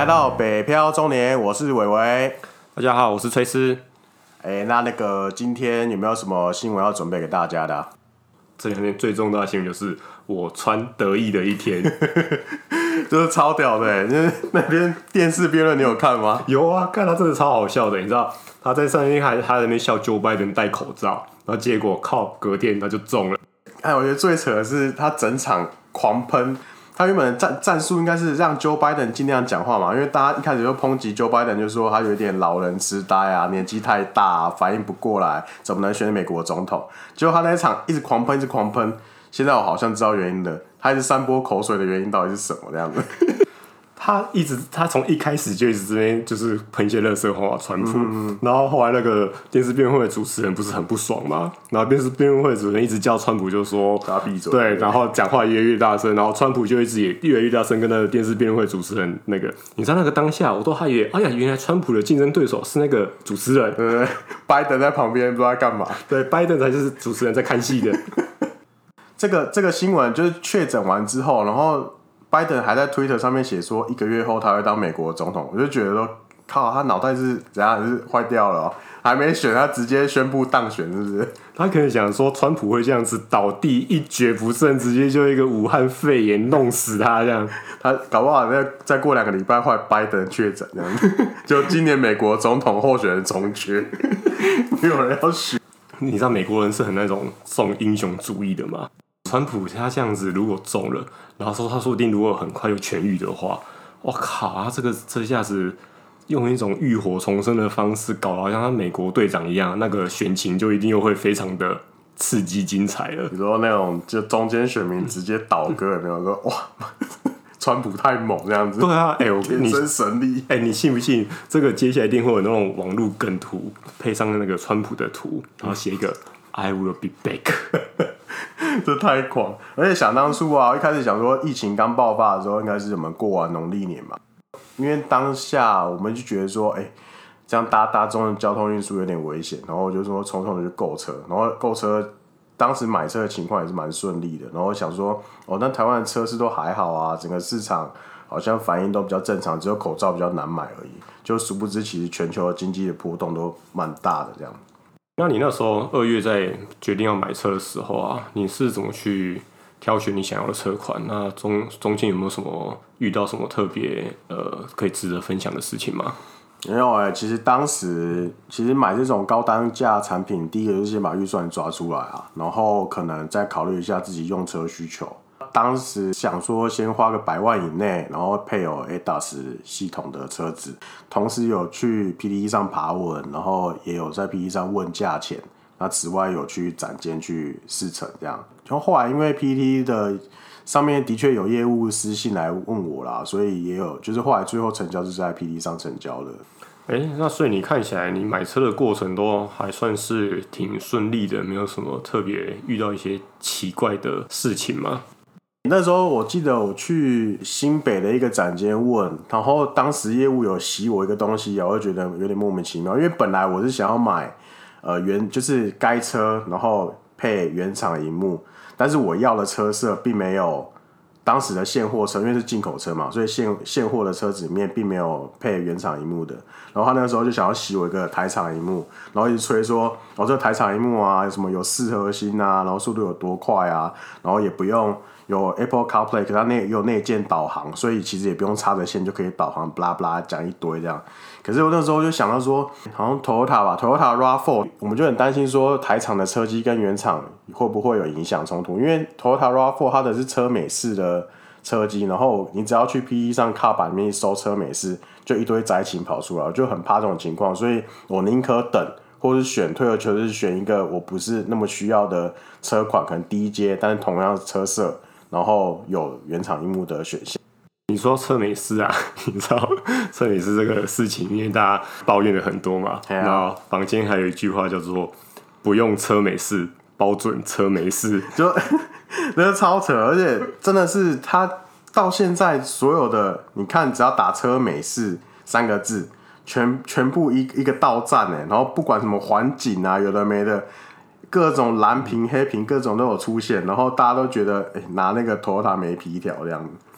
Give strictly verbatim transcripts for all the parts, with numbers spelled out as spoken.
来到北漂中年，我是伟伟。 大家好，我是崔斯。 哎，那那个今天有没有什么新闻要准备给大家的、啊？ 这两天最重大的新闻就是我穿得意的一天， 就是超屌的，就是那边电视辩论你有看吗？ 有啊，看他真的超好笑的，你知道他在上面还他在那边笑 Joe Biden 戴口罩，然后结果靠隔天他就中了。 哎，我觉得最扯的是他整场狂喷。他原本的战战术应该是让 Joe Biden 尽量讲话嘛，因为大家一开始就抨击 Joe Biden， 就说他有一点老人痴呆啊，年纪太大、啊，反应不过来，怎么能选美国总统？结果他那一场一直狂喷，一直狂喷。现在我好像知道原因了，他一直散播口水的原因到底是什么？这样子。 他一直，他从一开始就一直这边就是喷一些垃圾话，川普、嗯，然后后来那个电视辩论会的主持人不是很不爽吗？然后电视辩论会的主持人一直叫川普就说他闭嘴， 对，然后讲话越来越大声，然后川普就一直也越来越大声跟那个电视辩论会主持人那个，你知道那个当下我都还以为，哎呀，原来川普的竞争对手是那个主持人， 对对，拜登在旁边不知道在干嘛， 对，拜登才就是主持人在看戏的。 这个这个新闻就是确诊完之后，然后。拜登还在 Twitter 上面写说，一个月后他会当美国总统，我就觉得说，靠，他脑袋是怎样，是坏掉了、哦，还没选，他直接宣布当选，是不是？ 他可能想说，川普会这样子倒地一蹶不振，直接就一个武汉肺炎弄死他这样。 他搞不好再再过两个礼拜换拜登确诊这样子，就今年美国总统候选人重缺，没有人要选。 你知道美国人是很那种重英雄主义的吗？川普他这样子如果中了，然后说他说不定如果很快就痊愈的话，我靠，他这个这下子用一种浴火重生的方式搞得好像他美国队长一样，那个选情就一定又会非常的刺激精彩了。 你说那种就中间选民直接倒戈，有没有说哇？川普太猛这样子， 对啊，哎、欸，我天生神力， 哎、欸，你信不信？这个接下来一定会有那种网络梗图，配上那个川普的图，然后写一个 "I will be back"， 这太狂！而且想当初啊，一开始想说疫情刚爆发的时候，应该是我们过完农历年嘛，因为当下我们就觉得说，哎、欸，这样搭大众的交通运输有点危险，然后我就说匆匆的去购车，然后购车。当时买车的情况也是蛮顺利的，然后想说，哦，那台湾的车市都还好啊，整个市场好像反应都比较正常，只有口罩比较难买而已。就殊不知，其实全球的经济的波动都蛮大的这样。 那你那时候二月在决定要买车的时候啊，你是怎么去挑选你想要的车款？那中中间有没有什么遇到什么特别呃可以值得分享的事情吗？ 没有哎、欸，其实当时其实买这种高单价产品，第一个就是先把预算抓出来啊，然后可能再考虑一下自己用车需求。当时想说先花个百万以内，然后配有 A D A S 系统的车子，同时有去 P D E 上爬文，然后也有在 P D E 上问价钱。那此外有去展间去试乘这样。然后后来因为 P D E 的上面的确有业务私信来问我啦，所以也有就是后来最后成交是在 P D E 上成交的。 哎、欸，那所以你看起来，你买车的过程都还算是挺顺利的，没有什么特别遇到一些奇怪的事情吗？ 那时候我记得我去新北的一个展间问，然后当时业务有洗我一个东西，我就觉得有点莫名其妙，因为本来我是想要买呃原就是该车，然后配原厂萤幕，但是我要的车色并没有。当时的现货车，因为是进口车嘛，所以现现货的车子里面并没有配原厂萤幕的。然后他那个时候就想要洗我一个台厂萤幕，然后一直吹说，哦，这个台厂萤幕啊，有什么有四核心啊，然后速度有多快啊，然后也不用有 Apple CarPlay， 可它内有内建导航，所以其实也不用插着线就可以导航，巴拉巴拉讲一堆这样。可是我那时候就想到说，好像 Toyota 吧 ，Toyota RAV 四，我们就很担心说台厂的车机跟原厂会不会有影响冲突，因为 Toyota RAV 四它的是车美式的车机，然后你只要去 P E 上卡板里面搜车美式，就一堆灾情跑出来，我就很怕这种情况，所以我宁可等，或是选退而求其次选一个我不是那么需要的车款，可能低阶，但是同样的车色，然后有原厂萤幕的选项。 你说车美式啊，你知道车美式这个事情，因为大家抱怨了很多嘛，然后坊间还有一句话叫做"不用车美式，包准车没事"， 就那个超扯，而且真的是他到现在所有的，你看只要打车美式三个字，全全部一一个到站哎，然后不管什么环境啊，有的没的。各种蓝屏、黑屏，各种都有出现，然后大家都觉得，哎、欸，拿那个 Toyota 没皮条这样子。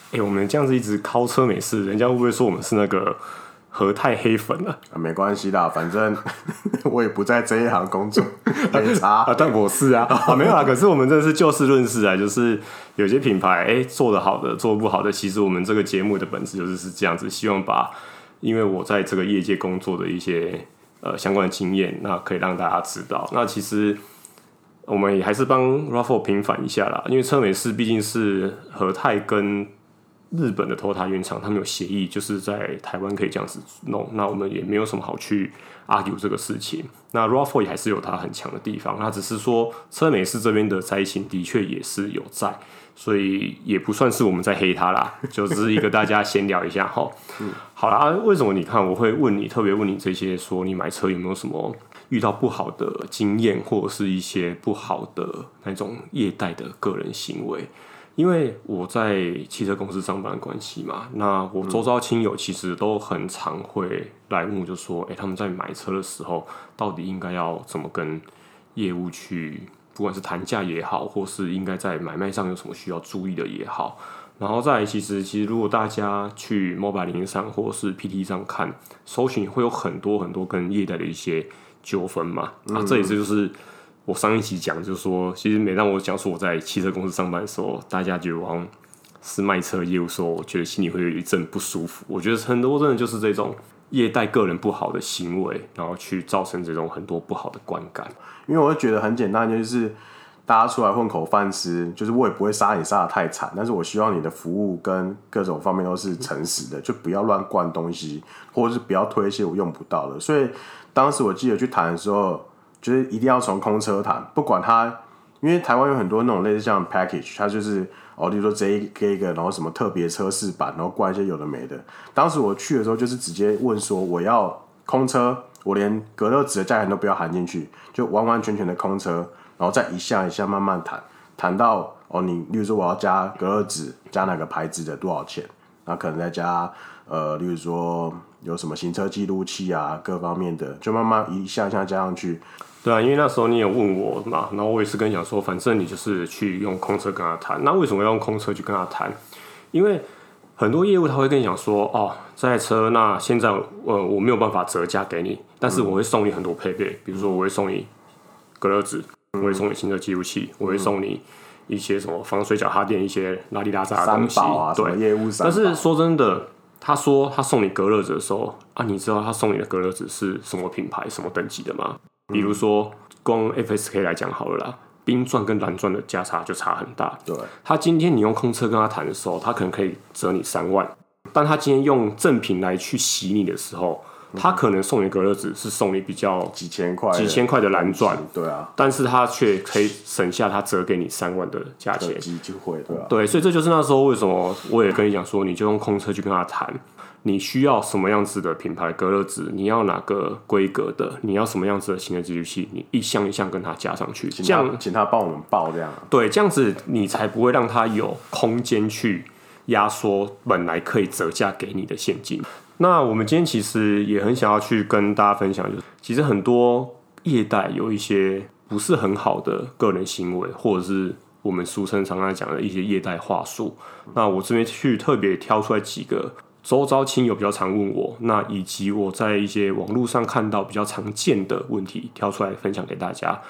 哎、欸，我们这样子一直靠车美式，人家会不会说我们是那个和泰黑粉啊？ 啊没关系啦，反正我也不在这一行工作，没差啊。但我是啊，啊没有啦。可是我们真的是就事论事啊，就是有些品牌哎、欸、做得好的，做得不好的，其实我们这个节目的本质就是是这样子，希望把因为我在这个业界工作的一些呃相关的经验，那可以让大家知道。那其实我们也还是帮 R A V 平反一下啦，因为车美式毕竟是和泰跟日本的 Toyota 原厂，他们有协议，就是在台湾可以这样子弄，那我们也没有什么好去 argue 这个事情。那 R A V 也还是有它很强的地方，那只是说车美式这边的灾情的确也是有在，所以也不算是我们在黑它啦，就只是一个大家闲聊一下哈。嗯、好啦，为什么你看我会问你，特别问你这些，说你买车有没有什么遇到不好的经验，或者是一些不好的那种业代的个人行为？因为我在汽车公司上班的关系嘛，那我周遭亲友其实都很常会来问我，就说，哎、欸，他们在买车的时候，到底应该要怎么跟业务去，不管是谈价也好，或是应该在买卖上有什么需要注意的也好。然后再来，其实其实如果大家去 Mobile 零上或是 P T 上看，搜寻会有很多很多跟业代的一些纠纷嘛，啊，这也是就是。我上一期讲就是说，其实每当我讲说我在汽车公司上班的时候，大家觉得我好像是卖车业务的时候，我觉得心里会有一阵不舒服。我觉得很多真的就是这种业代个人不好的行为，然后去造成这种很多不好的观感。 因为我会觉得很简单，就是大家出来混口饭吃，就是我也不会杀你杀得太惨，但是我希望你的服务跟各种方面都是诚实的，就不要乱灌东西，或者是不要推一些我用不到的。所以当时我记得去谈的时候。就是一定要从空车谈，不管它，因为台湾有很多那种类似像 package， 它就是哦，比如说这一个一个，然后什么特别车饰版，然后灌一些有的没的。当时我去的时候，就是直接问说我要空车，我连隔热纸的价钱都不要含进去，就完完全全的空车，然后再一项一项慢慢谈，谈到哦，你例如说我要加隔热纸，加哪个牌子的多少钱，然后可能再加呃，例如说有什么行车记录器啊，各方面的，就慢慢一项一项加上去。 对啊，因为那时候你有问我嘛，然后我也是跟你讲说，反正你就是去用空车跟他谈。那为什么要用空车去跟他谈？因为很多业务他会跟你讲说，哦，这台车那现在呃我没有办法折价给你，但是我会送你很多配备，比如说我会送你隔热纸，我会送你行车记录器，我会送你一些什么防水脚踏垫，一些拉里拉杂的东西， 三宝啊，什么业务三宝。 但是说真的。他说他送你隔热纸的时候啊，你知道他送你的隔热纸是什么品牌、什么等级的吗？比如说，光 F S K 来讲好了啦，冰钻跟蓝钻的价差就差很大。 对， 他今天你用空车跟他谈的时候，他可能可以折你三万，但他今天用正品来去洗你的时候，他可能送你隔热纸是送你比较几千块、 几千块的蓝钻， 对啊， 但是他却可以省下他折给你三万的价钱， 就会对啊， 对，所以这就是那时候为什么我也跟你讲说，你就用空车去跟他谈。你需要什么样子的品牌隔热纸？你要哪个规格的？你要什么样子的行车记录器？你一项一项跟他加上去，这样请他帮我们报这样。 对，这样子你才不会让他有空间去压缩本来可以折价给你的现金。那我们今天其实也很想要去跟大家分享，就是其实很多业代有一些不是很好的个人行为，或者是我们俗称常常讲的一些业代话术。那我这边去特别挑出来几个。周遭亲友比较常问我，那以及我在一些网络上看到比较常见的问题，挑出来分享给大家。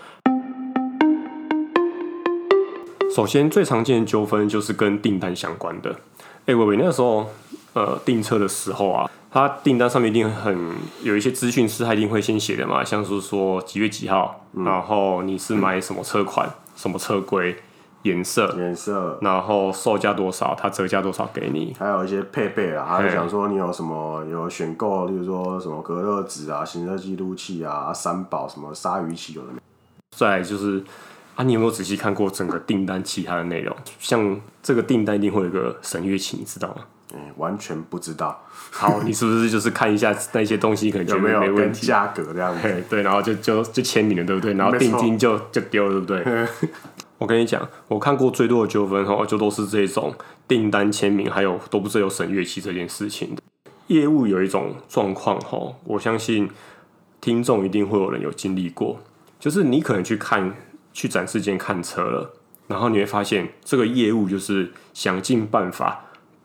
首先，最常见的纠纷就是跟订单相关的。哎、欸，伟伟那个时候，呃，订车的时候啊，他订单上面一定很有一些资讯是他一定会先写的嘛，像是说几月几号，嗯、然后你是买什么车款、什么车规。颜色， 颜色， 然后售价多少，它折价多少给你， 还有一些配备啦，还有讲说你有什么有选购，例如说什么隔热纸啊、行车记录器啊、三宝什么鲨鱼鳍有的没。 再来就是啊，你有没有仔细看过整个订单其他的内容？像这个订单一定会有一个审阅期，你知道吗？ 嗯，完全不知道。 好，你是不是就是看一下那些东西，可能觉得没问题， 有没有跟价格这样子？ 对，然后就就就签名了，对不对？然后定金就就丢了，对不对？我跟你讲，我看过最多的纠纷哈，就都是这种订单签名，还有都不是有审阅期这件事情的。业务有一种状况哈，我相信听众一定会有人有经历过，就是你可能去看去展示间看车了，然后你会发现这个业务就是想尽办法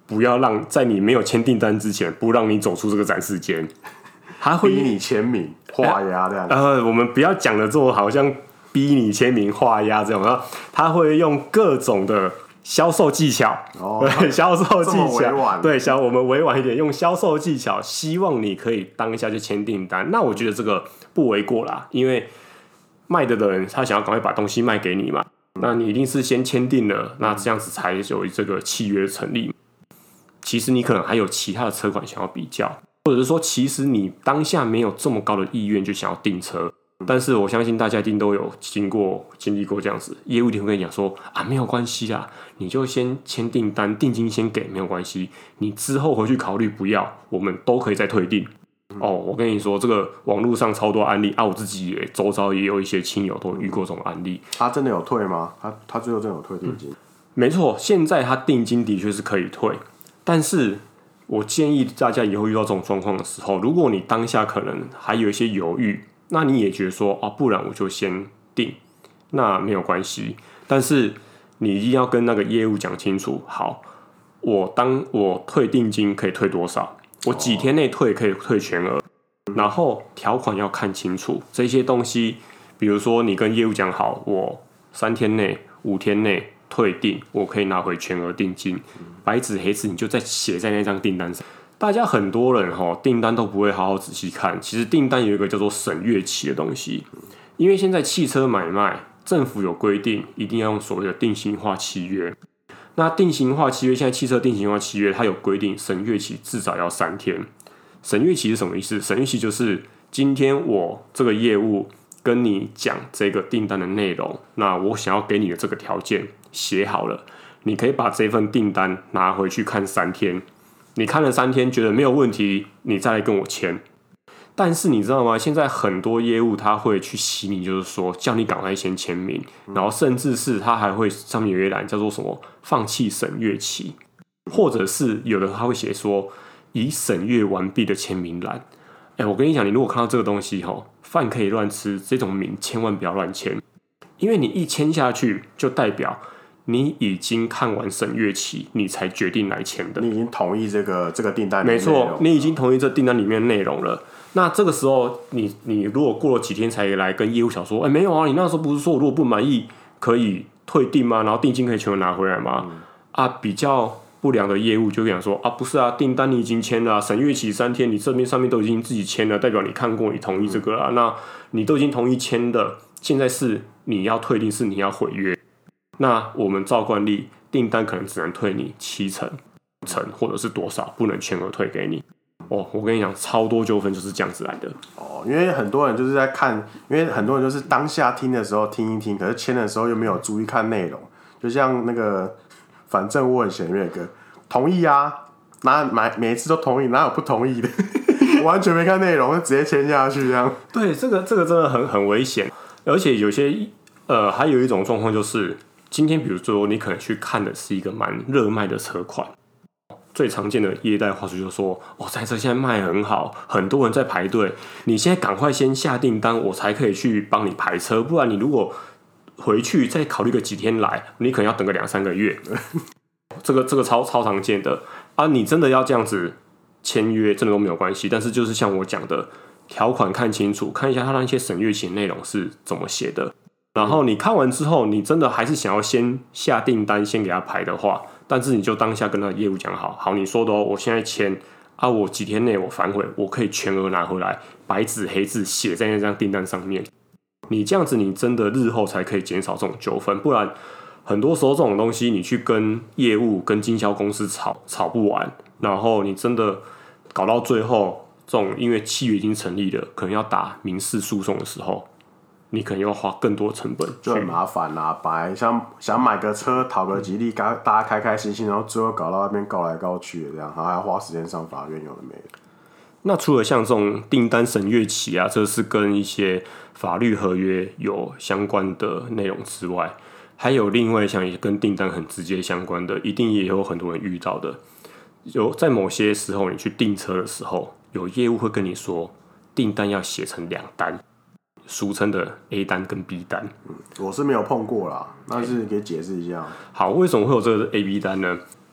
不要让在你没有签订单之前，不让你走出这个展示间。他会逼你签名、画押这样。 呃，我们不要讲的这么好像逼你签名、画押这种，然后他会用各种的销售技巧， 哦， 对，销售技这么委巧， 婉对，小我们委婉一点，用销售技巧，希望你可以当下就签订单。那我觉得这个不为过啦，因为卖的的人他想要赶快把东西卖给你嘛，那你一定是先签订了，那这样子才有这个契约成立。其实你可能还有其他的车款想要比较，或者是说，其实你当下没有这么高的意愿就想要订车，但是我相信大家一定都有经过经历过这样子，业务一定会跟你讲说啊，没有关系啦，你就先签订单，定金先给，没有关系，你之后回去考虑不要，我们都可以再退订。哦，我跟你说，这个网络上超多案例啊，我自己也周遭也有一些亲友都遇过这种案例。 他真的有退吗？他他最后真的有退定金？嗯、 没错，现在他定金的确是可以退，但是我建议大家以后遇到这种状况的时候，如果你当下可能还有一些犹豫，那你也觉得说啊，不然我就先定，那没有关系。但是你一定要跟那个业务讲清楚，好，我当我退定金可以退多少，我几天内退可以退全额，然后条款要看清楚这些东西。比如说你跟业务讲好，我三天内、五天内退订，我可以拿回全额定金，白纸黑字你就再写在那张订单上。大家很多人齁订单都不会好好仔细看，其实订单有一个叫做审阅期的东西，因为现在汽车买卖政府有规定，一定要用所谓的定型化契约。那定型化契约，现在汽车定型化契约它有规定，审阅期至少要三天。审阅期是什么意思？审阅期就是今天我这个业务跟你讲这个订单的内容，那我想要给你的这个条件写好了，你可以把这份订单拿回去看三天。你看了三天觉得没有问题，你再来跟我签。但是你知道吗？现在很多业务他会去洗你，就是说叫你赶快先签名，然后甚至是他还会上面有一栏叫做什么放弃审阅期，或者是有的他会写说已审阅完毕的签名栏。哎，我跟你讲，你如果看到这个东西吼，饭可以乱吃，这种名千万不要乱签，因为你一签下去就代表你已经看完审阅期，你才决定来签的。 你已经同意这个这个订单， 没错，你已经同意这订单里面的内容了。那这个时候你，你如果过了几天才来跟业务小说，哎、欸，没有啊，你那时候不是说我如果不满意可以退订吗？然后定金可以全部拿回来吗？嗯、啊，比较不良的业务就跟你说啊，不是啊，订单你已经签了、啊，审阅期三天，你这边上面都已经自己签了，代表你看过，你同意这个了、啊。嗯、那你都已经同意签的，现在是你要退订，是你要毁约。那我们照惯例，订单可能只能退你七成、成或者是多少，不能全额退给你。哦，我跟你讲，超多纠纷就是这样子来的。 哦，因为很多人就是在看，因为很多人就是当下听的时候听一听，可是签的时候又没有注意看内容。就像那个，反正我很闲那个，同意啊，哪每每一次都同意，哪有不同意的？完全没看内容就直接签下去这样。 对，这个这个真的很很危险，而且有些呃，还有一种状况就是。今天比如说你可能去看的是一个蛮热卖的车款，最常见的业代话术就是说，哦，这台车现在卖很好，很多人在排队，你现在赶快先下订单，我才可以去帮你排车，不然你如果回去再考虑个几天来，你可能要等个两三个月。这个这个超超常见的啊，你真的要这样子签约，真的都没有关系，但是就是像我讲的，条款看清楚，看一下它那些审阅期内容是怎么写的。然后你看完之后，你真的还是想要先下订单，先给他排的话，但是你就当下跟他的业务讲好，好你说的哦，我现在签啊，我几天内我反悔，我可以全额拿回来，白纸黑字写在那张订单上面。你这样子，你真的日后才可以减少这种纠纷，不然很多时候这种东西你去跟业务、跟经销公司吵吵不完，然后你真的搞到最后，这种因为契约已经成立了，可能要打民事诉讼的时候。你可能要花更多成本， 就很麻烦啦、啊。本来想想买个车讨个吉利，大家开开心心，然后最后搞到那边告来告去的这样，还要花时间上法院，有的没的。 那除了像这种订单审阅期啊，这是跟一些法律合约有相关的内容之外，还有另外像跟订单很直接相关的，一定也有很多人遇到的。有在某些时候，你去订车的时候，有业务会跟你说，订单要写成两单。俗称的 A 单跟 B 单、 嗯，我是没有碰过啦，但是可以解释一下。 好，为什么会有这个 A、B 单呢？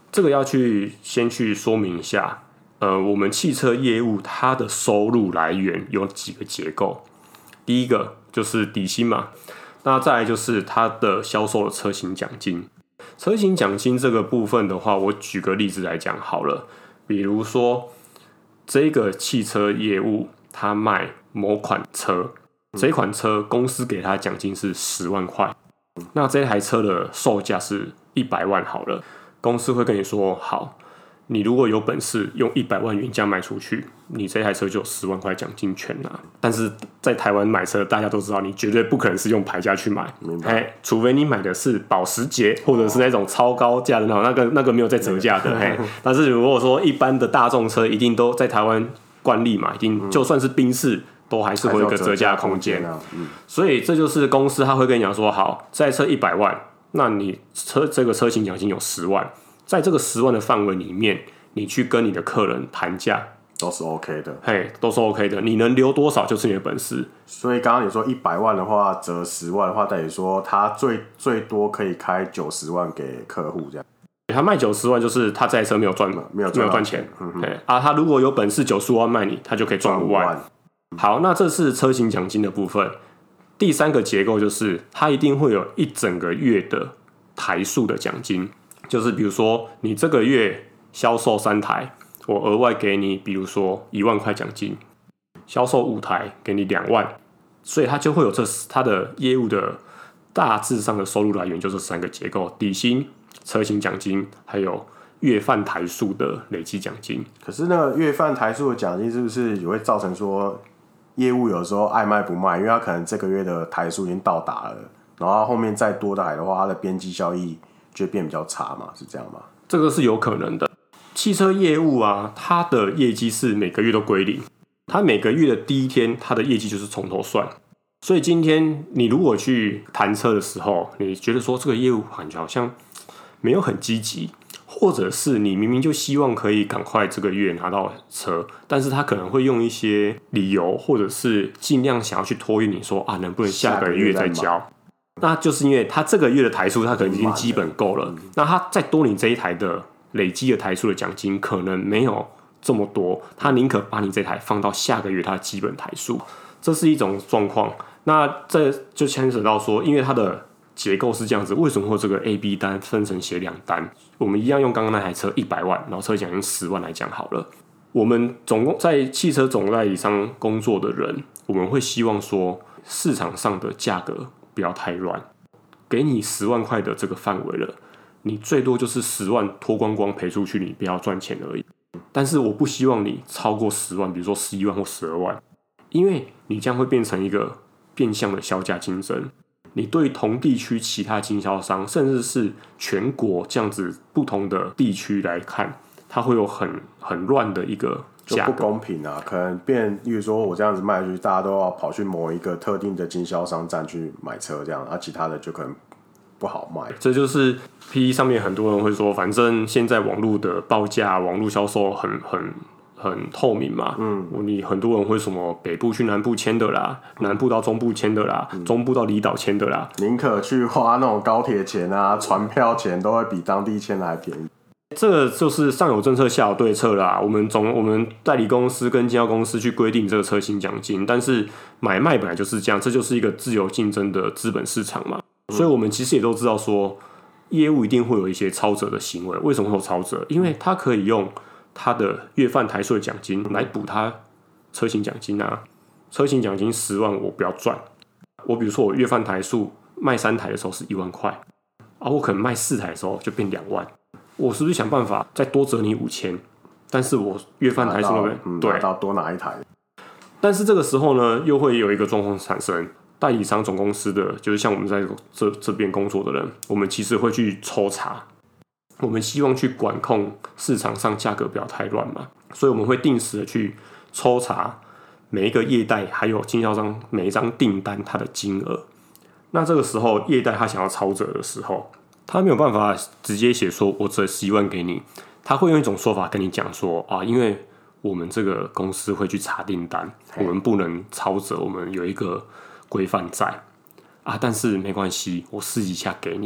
这个要去先去说明一下，呃，我们汽车业务它的收入来源有几个结构。第一个就是底薪嘛，那再来就是它的销售的车型奖金。车型奖金这个部分的话，我举个例子来讲好了，比如说这个汽车业务它卖某款车，这款车公司给它奖金是十万块，那这台车的售价是一百万好了，公司会跟你说好，你如果有本事用一百万原价卖出去，你这台车就有十万块奖金全拿。但是在台湾买车，大家都知道，你绝对不可能是用牌价去买，哎，除非你买的是保时捷或者是那种超高价的那种，那个那个没有在折价的。哎，但是如果说一般的大众车，一定都在台湾惯例嘛，一定、嗯、就算是宾士，都还是会有一个折价空间。啊嗯、所以这就是公司他会跟你讲说，好，这台车一百万，那你车这个车型奖金有十万。在这个十万的范围里面，你去跟你的客人谈价， 都是 OK 的， 嘿，都是 OK 的。你能留多少就是你的本事。 所以刚刚你说一百万的话，折十万的话，等于说他最最多可以开九十万给客户这样。 他卖九十万，就是他这台车没有赚，没有赚钱。嗯、啊，他如果有本事九十五万卖你，他就可以赚五万。万好，那这是车型奖金的部分。第三个结构就是，他一定会有一整个月的台数的奖金。就是比如说，你这个月销售三台，我额外给你，比如说一万块奖金；销售五台，给你两万，所以它就会有这它的业务的大致上的收入来源，就是三个结构：底薪、车型奖金，还有月贩台数的累积奖金。 可是那个月贩台数的奖金是不是也会造成说，业务有时候爱卖不卖，因为他可能这个月的台数已经到达了，然后后面再多台的话，它的边际效益就变比较差嘛，是这样吗？ 这个是有可能的。汽车业务啊，它的业绩是每个月都归零，它每个月的第一天，它的业绩就是从头算。所以今天你如果去谈车的时候，你觉得说这个业务好像没有很积极，或者是你明明就希望可以赶快这个月拿到车，但是他可能会用一些理由，或者是尽量想要去拖延你说啊，能不能下个月再交？那就是因为他这个月的台数，他可能已经基本够了。那他再多你这一台的累积的台数的奖金，可能没有这么多。他宁可把你这台放到下个月它的基本台数，这是一种状况。那这就牵扯到说，因为它的结构是这样子，为什么会这个 A、B 单分成写两单？我们一样用刚刚那台车一百万，然后车奖金十万来讲好了。我们总共在汽车总代理商工作的人，我们会希望说市场上的价格不要太乱，给你十万块的这个范围了，你最多就是十万脱光光赔出去，你不要赚钱而已。但是我不希望你超过十万，比如说十一万或十二万，因为你将会变成一个变相的销价竞争。你对同地区其他经销商，甚至是全国这样子不同的地区来看，它会有很很乱的一个价格， 就不公平啊！可能变，例如说我这样子卖出去，大家都要跑去某一个特定的经销商站去买车，这样，而、啊、其他的就可能不好卖。 这就是 P E 上面很多人会说，反正现在网络的报价、网络销售很很。很透明嘛，嗯，你很多人会什么北部去南部签的啦，南部到中部签的啦，嗯、中部到离岛签的啦， 宁可去花那种高铁钱啊、船票钱，都会比当地签的还便宜。 这个就是上有政策下有对策啦。我们总我们代理公司跟经销公司去规定这个车型奖金，但是买卖本来就是这样，这就是一个自由竞争的资本市场嘛。嗯、所以我们其实也都知道说，业务一定会有一些超折的行为。为什么会有超折？因为它可以用他的月贩台数的奖金来补他车型奖金啊，车型奖金十万我不要赚，我比如说我月贩台数卖三台的时候是一万块啊，我可能卖四台的时候就变两万，我是不是想办法再多折你五千？但是我月贩台数那边、 嗯、 对， 到多拿一台， 但是这个时候呢，又会有一个状况产生，代理商总公司的就是像我们在这这边工作的人，我们其实会去抽查。我们希望去管控市场上价格不要太乱嘛，所以我们会定时的去抽查每一个业代还有经销商每一张订单它的金额。那这个时候业代他想要超折的时候，他没有办法直接写说我折十一万给你，他会用一种说法跟你讲说啊，因为我们这个公司会去查订单，我们不能超折，我们有一个规范在啊，但是没关系，我私底下给你。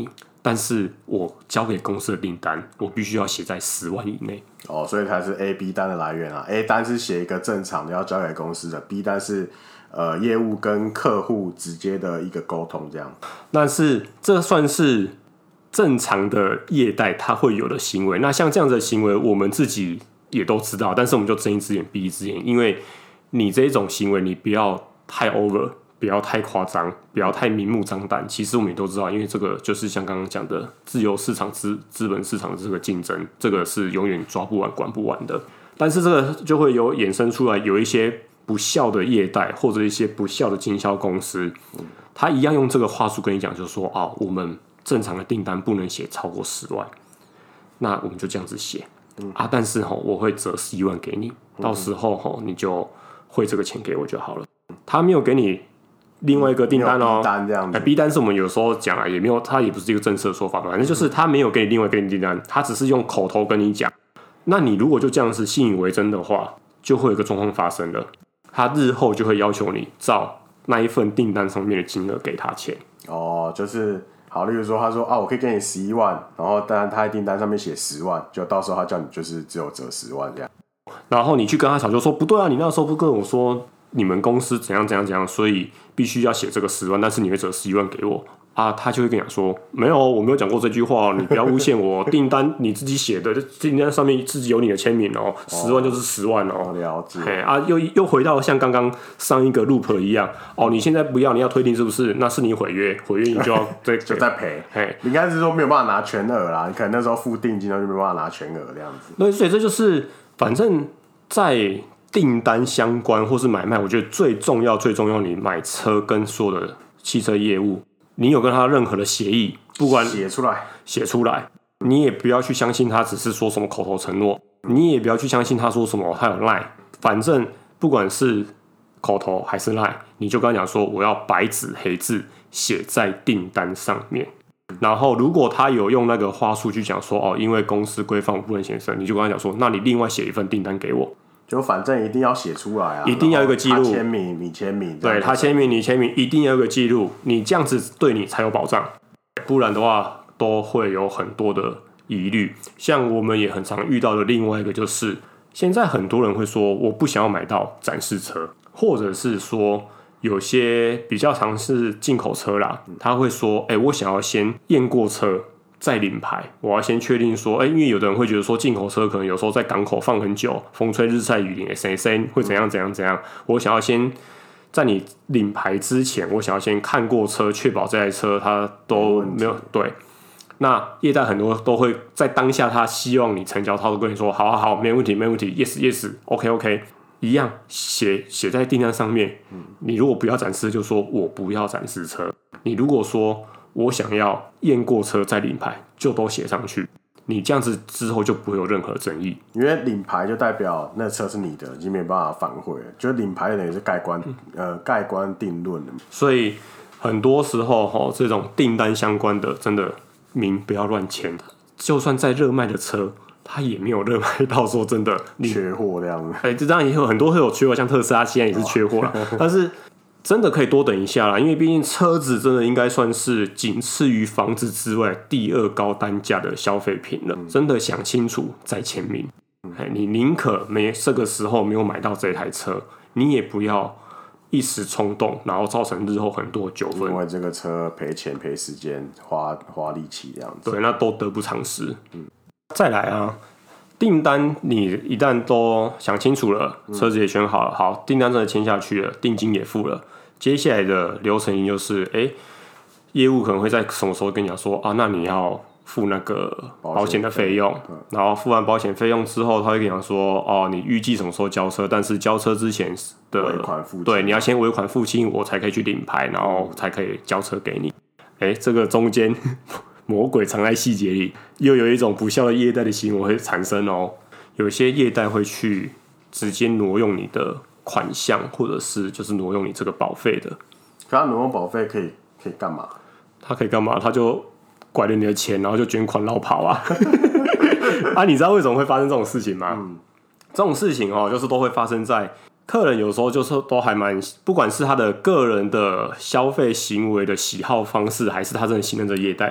但是我交给公司的订单，我必须要写在十万以内。 哦，所以才是 A、B 单的来源啊。A 单是写一个正常的要交给公司的 ，B 单是呃业务跟客户直接的一个沟通这样。 但是这算是正常的业代他会有的行为。那像这样子的行为，我们自己也都知道，但是我们就睁一只眼闭一只眼，因为你这种行为，你不要太 over。不要太夸张，不要太明目张胆。其实我们也都知道，因为这个就是像刚刚讲的自由市场、资资本市场的这个竞争，这个是永远抓不完、管不完的。但是这个就会有衍生出来，有一些不孝的业代或者一些不孝的经销公司，他一样用这个话术跟你讲，就是说啊，我们正常的订单不能写超过十万，那我们就这样子写、嗯、啊，但是吼我会折十一万给你，到时候吼你就汇这个钱给我就好了。他没有给你另外一个订单哦 ，B 单这样子。 B 单是我们有时候讲啊，也没有，它也不是一个正式的说法，反正就是他没有给你另外一个订单，他只是用口头跟你讲。那你如果就这样子信以为真的话，就会有一个状况发生了，他日后就会要求你照那一份订单上面的金额给他钱。 哦，就是好，例如说他说啊，我可以给你十一万，然后当然他在订单上面写十万，就到时候他叫你就是只有折十万这样。 然后你去跟他吵，就说不对啊，你那时候不跟我说你们公司怎样怎样怎样，所以必须要写这个十万，但是你会折十一万给我啊？他就会跟你讲说，没有，我没有讲过这句话，你不要诬陷我。订单你自己写的，订单上面自己有你的签名哦，十万就是十万哦。 哦，了解。 啊，又又回到像刚刚上一个 loop 一样，哦，你现在不要，你要推定是不是？那是你毁约，毁约你就要再就再赔。你应该是说没有办法拿全额啦，你可能那时候付定金，就没有办法拿全额这样子。 对，所以这就是反正在订单相关或是买卖，我觉得最重要最重要，你买车跟所有的汽车业务，你有跟他任何的协议，不管写出来， 写出来，你也不要去相信他只是说什么口头承诺，你也不要去相信他说什么他有 line， 反正不管是口头还是 line， 你就跟他讲说我要白纸黑字写在订单上面。然后，如果他有用那个话术去讲说哦，因为公司规范我不能写生，你就跟他讲说，那你另外写一份订单给我。 就反正一定要写出来啊， 一定要有一个记录， 他签名你签名， 对，他签名你签名，一定要有一个记录，你这样子对你才有保障，不然的话都会有很多的疑虑。像我们也很常遇到的另外一个就是，现在很多人会说我不想要买到展示车，或者是说有些比较常是进口车啦，他会说，哎、欸，我想要先验过车。再领牌，我要先确定说，哎、欸，因为有的人会觉得说，进口车可能有时候在港口放很久，风吹日晒雨淋 ，S S N 会怎样怎样怎样。我想要先在你领牌之前，我想要先看过车，确保这台车它都没有对。那业代很多都会在当下，他希望你成交，他都跟你说，好好好，没问题没问题 ，yes yes，OK OK， 一样写写在订单上面。你如果不要展示，就说我不要展示车。你如果说我想要验过车再领牌，就都写上去。你这样子之后就不会有任何争议， 因为领牌就代表那车是你的，已经没办法反悔了。就领牌等于是盖棺，呃，盖棺定论了。 所以很多时候哈，这种订单相关的，真的名不要乱签。就算再热卖的车，它也没有热卖到说真的缺货这样子。 哎、欸，这当然也有很多会有缺货，像特斯拉现在也是缺货了，但是。真的可以多等一下啦，因为毕竟车子真的应该算是仅次于房子之外第二高单价的消费品了。嗯、真的想清楚再签名，嗯、你宁可没这个时候没有买到这台车，你也不要一时冲动，然后造成日后很多纠纷。 因为这个车赔钱、赔时间、花花力气这样子， 对，那都得不偿失。嗯、再来啊。订单你一旦都想清楚了，车子也选好了，好，订单真的签下去了，定金也付了，接下来的流程就是，哎、欸，业务可能会在什么时候跟你讲说啊，那你要付那个保险的费用，然后付完保险费用之后，他会跟你讲说，哦，你预计什么时候交车，但是交车之前的尾款付清， 对，你要先尾款付清，我才可以去领牌，然后才可以交车给你。哎、欸，这个中间。魔鬼藏在细节里，又有一种不孝的业代的行为会产生哦。有些业代会去直接挪用你的款项，或者是就是挪用你这个保费的。 可他挪用保费可以可以干嘛？ 他可以干嘛？他就拐了你的钱，然后就卷款绕跑啊！啊，你知道为什么会发生这种事情吗？嗯、这种事情哦，就是都会发生在。客人有时候就是都还蛮，不管是他的个人的消费行为的喜好方式，还是他真的信任这业代啦，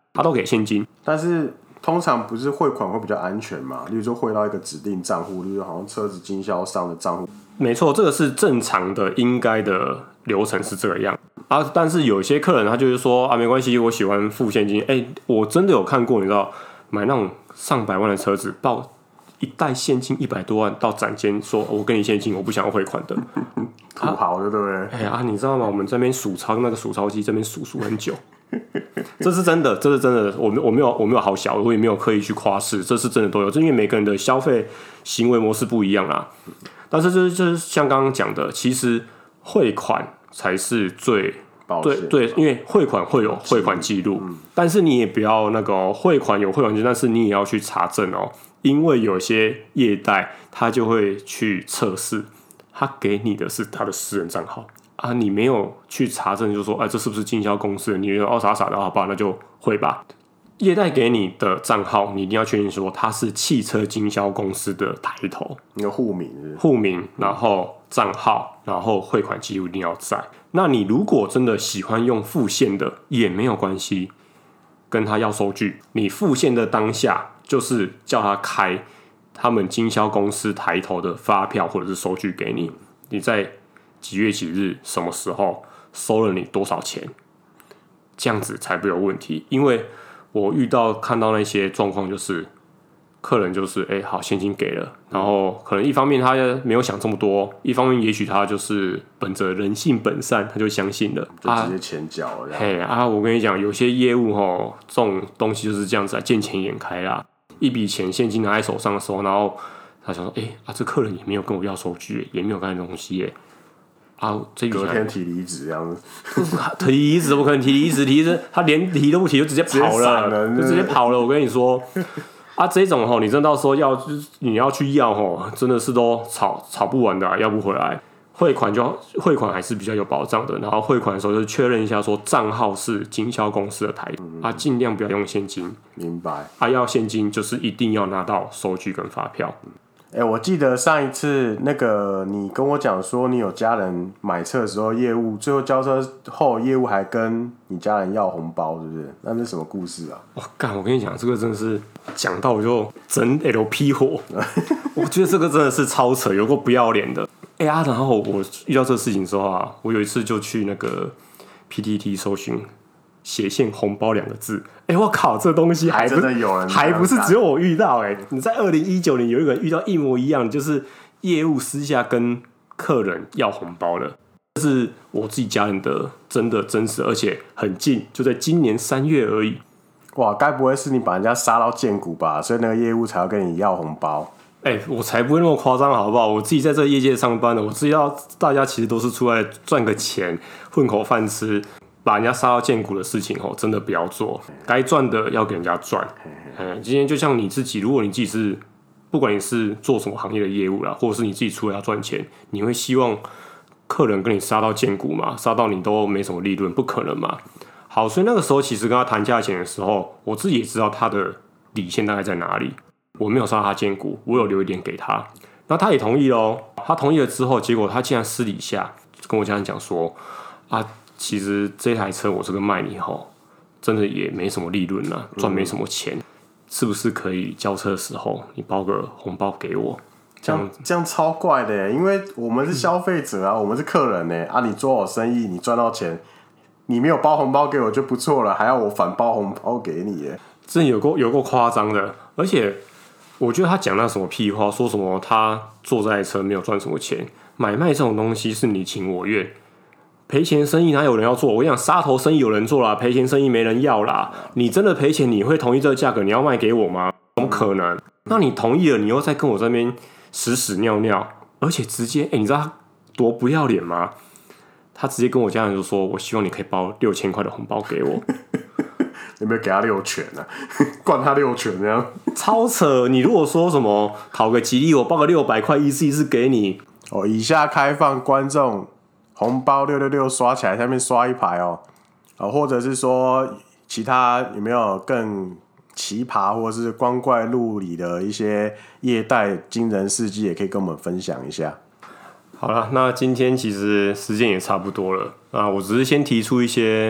他都给现金。 但是通常不是汇款会比较安全嘛？例如说汇到一个指定账户，例如好像车子经销商的账户。 没错，这个是正常的，应该的流程是这个样啊。但是有些客人他就是说啊，没关系，我喜欢付现金。哎、欸，我真的有看过，你知道，买那种上百万的车子，报一袋现金一百多万到展间说，我给你现金，我不想要汇款的， 土豪的对不对？ 哎呀、啊，你知道吗？我们这边数钞那个数钞机这边数数很久。这是真的，这是真的，我我没有我没有好小，我也没有刻意去夸饰，这是真的都有，这因为每个人的消费行为模式不一样啦。但是这就是像刚刚讲的，其实汇款才是最对对，因为汇款会有汇款记录，嗯、但是你也不要那个汇、哦、款有汇款记录，但是你也要去查证哦，因为有些业代他就会去测试，他给你的是他的私人账号。啊，你没有去查证，就说，哎，这是不是经销公司的？你觉得哦傻傻的，好吧，那就汇吧。业代给你的账号，你一定要确定说它是汽车经销公司的抬头， 你的户名是户名，然后账号，然后汇款记录一定要在。那你如果真的喜欢用付现的，也没有关系，跟他要收据。你付现的当下，就是叫他开他们经销公司抬头的发票或者是收据给你，你在几月几日什么时候收了你多少钱，这样子才不会有问题。因为我遇到看到那些状况，就是客人就是哎、欸、好现金给了，然后可能一方面他没有想这么多，一方面也许他就是本着人性本善，他就相信了， 就直接钱缴了。 嘿啊，我跟你讲，有些业务吼，这种东西就是这样子啊，见钱眼开啦。一笔钱现金拿在手上的时候，然后他想说，哎、欸、啊，这客人也没有跟我要收据，也没有干东西耶。啊，这隔天提离职这样子， 提离职不可能提离职，提离职他连提都不提就直接跑了， 了就直接跑了。我跟你说，啊，这种吼，你真到时候要你要去要吼，真的是都吵吵不完的、啊，要不回来。汇款就汇款还是比较有保障的，然后汇款的时候就确认一下说账号是经销公司的台、嗯、啊，尽量不要用现金。 明白。 啊，要现金就是一定要拿到收据跟发票。 哎、欸，我记得上一次那个你跟我讲说，你有家人买车的时候，业务最后交车后，业务还跟你家人要红包，是不是？那是什么故事啊？ 我、哦、干，我跟你讲，这个真的是讲到我就整 L P 火，我觉得这个真的是超扯，有够不要脸的。哎、欸、呀、啊，然后我遇到这个事情之后啊，我有一次就去那个 P T T 搜寻斜线红包两个字，哎、欸，我靠，这东西还不是真的有人， 还不是只有我遇到、欸，哎，你在二零一九年有一个人遇到一模一样，就是业务私下跟客人要红包的，这是我自己家人的真的真实，而且很近，就在今年三月而已。 哇，该不会是你把人家杀到见骨吧？所以那个业务才要跟你要红包？ 哎、欸，我才不会那么夸张，好不好？我自己在这个业界上班的，我知道大家其实都是出来赚个钱，混口饭吃。把人家杀到见骨的事情哦，真的不要做。该赚的要给人家赚。嗯，今天就像你自己，如果你自己是，不管你是做什么行业的业务啦，或者是你自己出来要赚钱，你会希望客人跟你杀到见骨吗？杀到你都没什么利润，不可能嘛。好，所以那个时候其实跟他谈价钱的时候，我自己也知道他的底线大概在哪里。我没有杀他见骨，我有留一点给他，那他也同意咯。他同意了之后，结果他竟然私底下跟我家人讲说啊。其实这台车我这个卖你吼，真的也没什么利润啦，赚没什么钱，嗯、是不是可以交车的时候你包个红包给我？ 这样这样超怪的耶，因为我们是消费者啊，嗯、我们是客人呢啊，你做我生意，你赚到钱，你没有包红包给我就不错了，还要我反包红包给你耶， 真有够有够夸张的。而且我觉得他讲那什么屁话，说什么他做这台车没有赚什么钱，买卖这种东西是你情我愿。赔钱生意哪有人要做？我跟你讲，杀头生意有人做啦，赔钱生意没人要啦。你真的赔钱，你会同意这个价格？你要卖给我吗？怎么可能？那你同意了，你又再跟我这边屎屎尿尿，而且直接，哎、欸，你知道他多不要脸吗？他直接跟我家人就说：“我希望你可以包六千块的红包给我。” 有没有给他六拳啊？灌他六拳这样？ 超扯！你如果说什么讨个吉利，我包个六百块，意思意思给你。 哦，以下开放观众。红包六六六刷起来，下面刷一排哦，啊，或者是说其他有没有更奇葩或者是光怪陆离的一些业代惊人事迹，也可以跟我们分享一下。 好了，那今天其实时间也差不多了啊，我只是先提出一些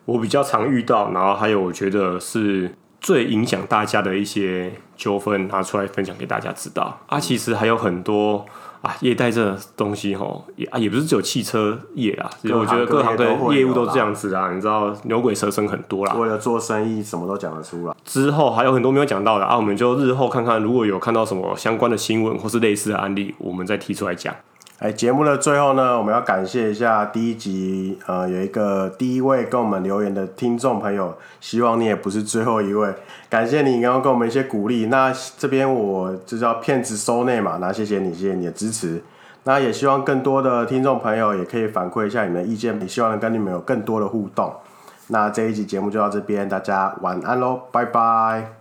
我比较常遇到，然后还有我觉得是最影响大家的一些纠纷拿出来分享给大家知道啊。其实还有很多啊，业代这东西吼，也啊也不是只有汽车业啦，其实我觉得各行的业务都这样子啦。你知道牛鬼蛇神很多啦， 为了做生意什么都讲得出来。 之后还有很多没有讲到的啊，我们就日后看看，如果有看到什么相关的新闻或是类似的案例，我们再提出来讲。 哎，节目的最后呢，我们要感谢一下第一集，呃，有一个第一位跟我们留言的听众朋友，希望你也不是最后一位，感谢你刚刚给我们一些鼓励。那这边我就叫骗子收内嘛，那谢谢你，谢谢你的支持。那也希望更多的听众朋友也可以反馈一下你们的意见，也希望能跟你们有更多的互动。那这一集节目就到这边，大家晚安喽，拜拜。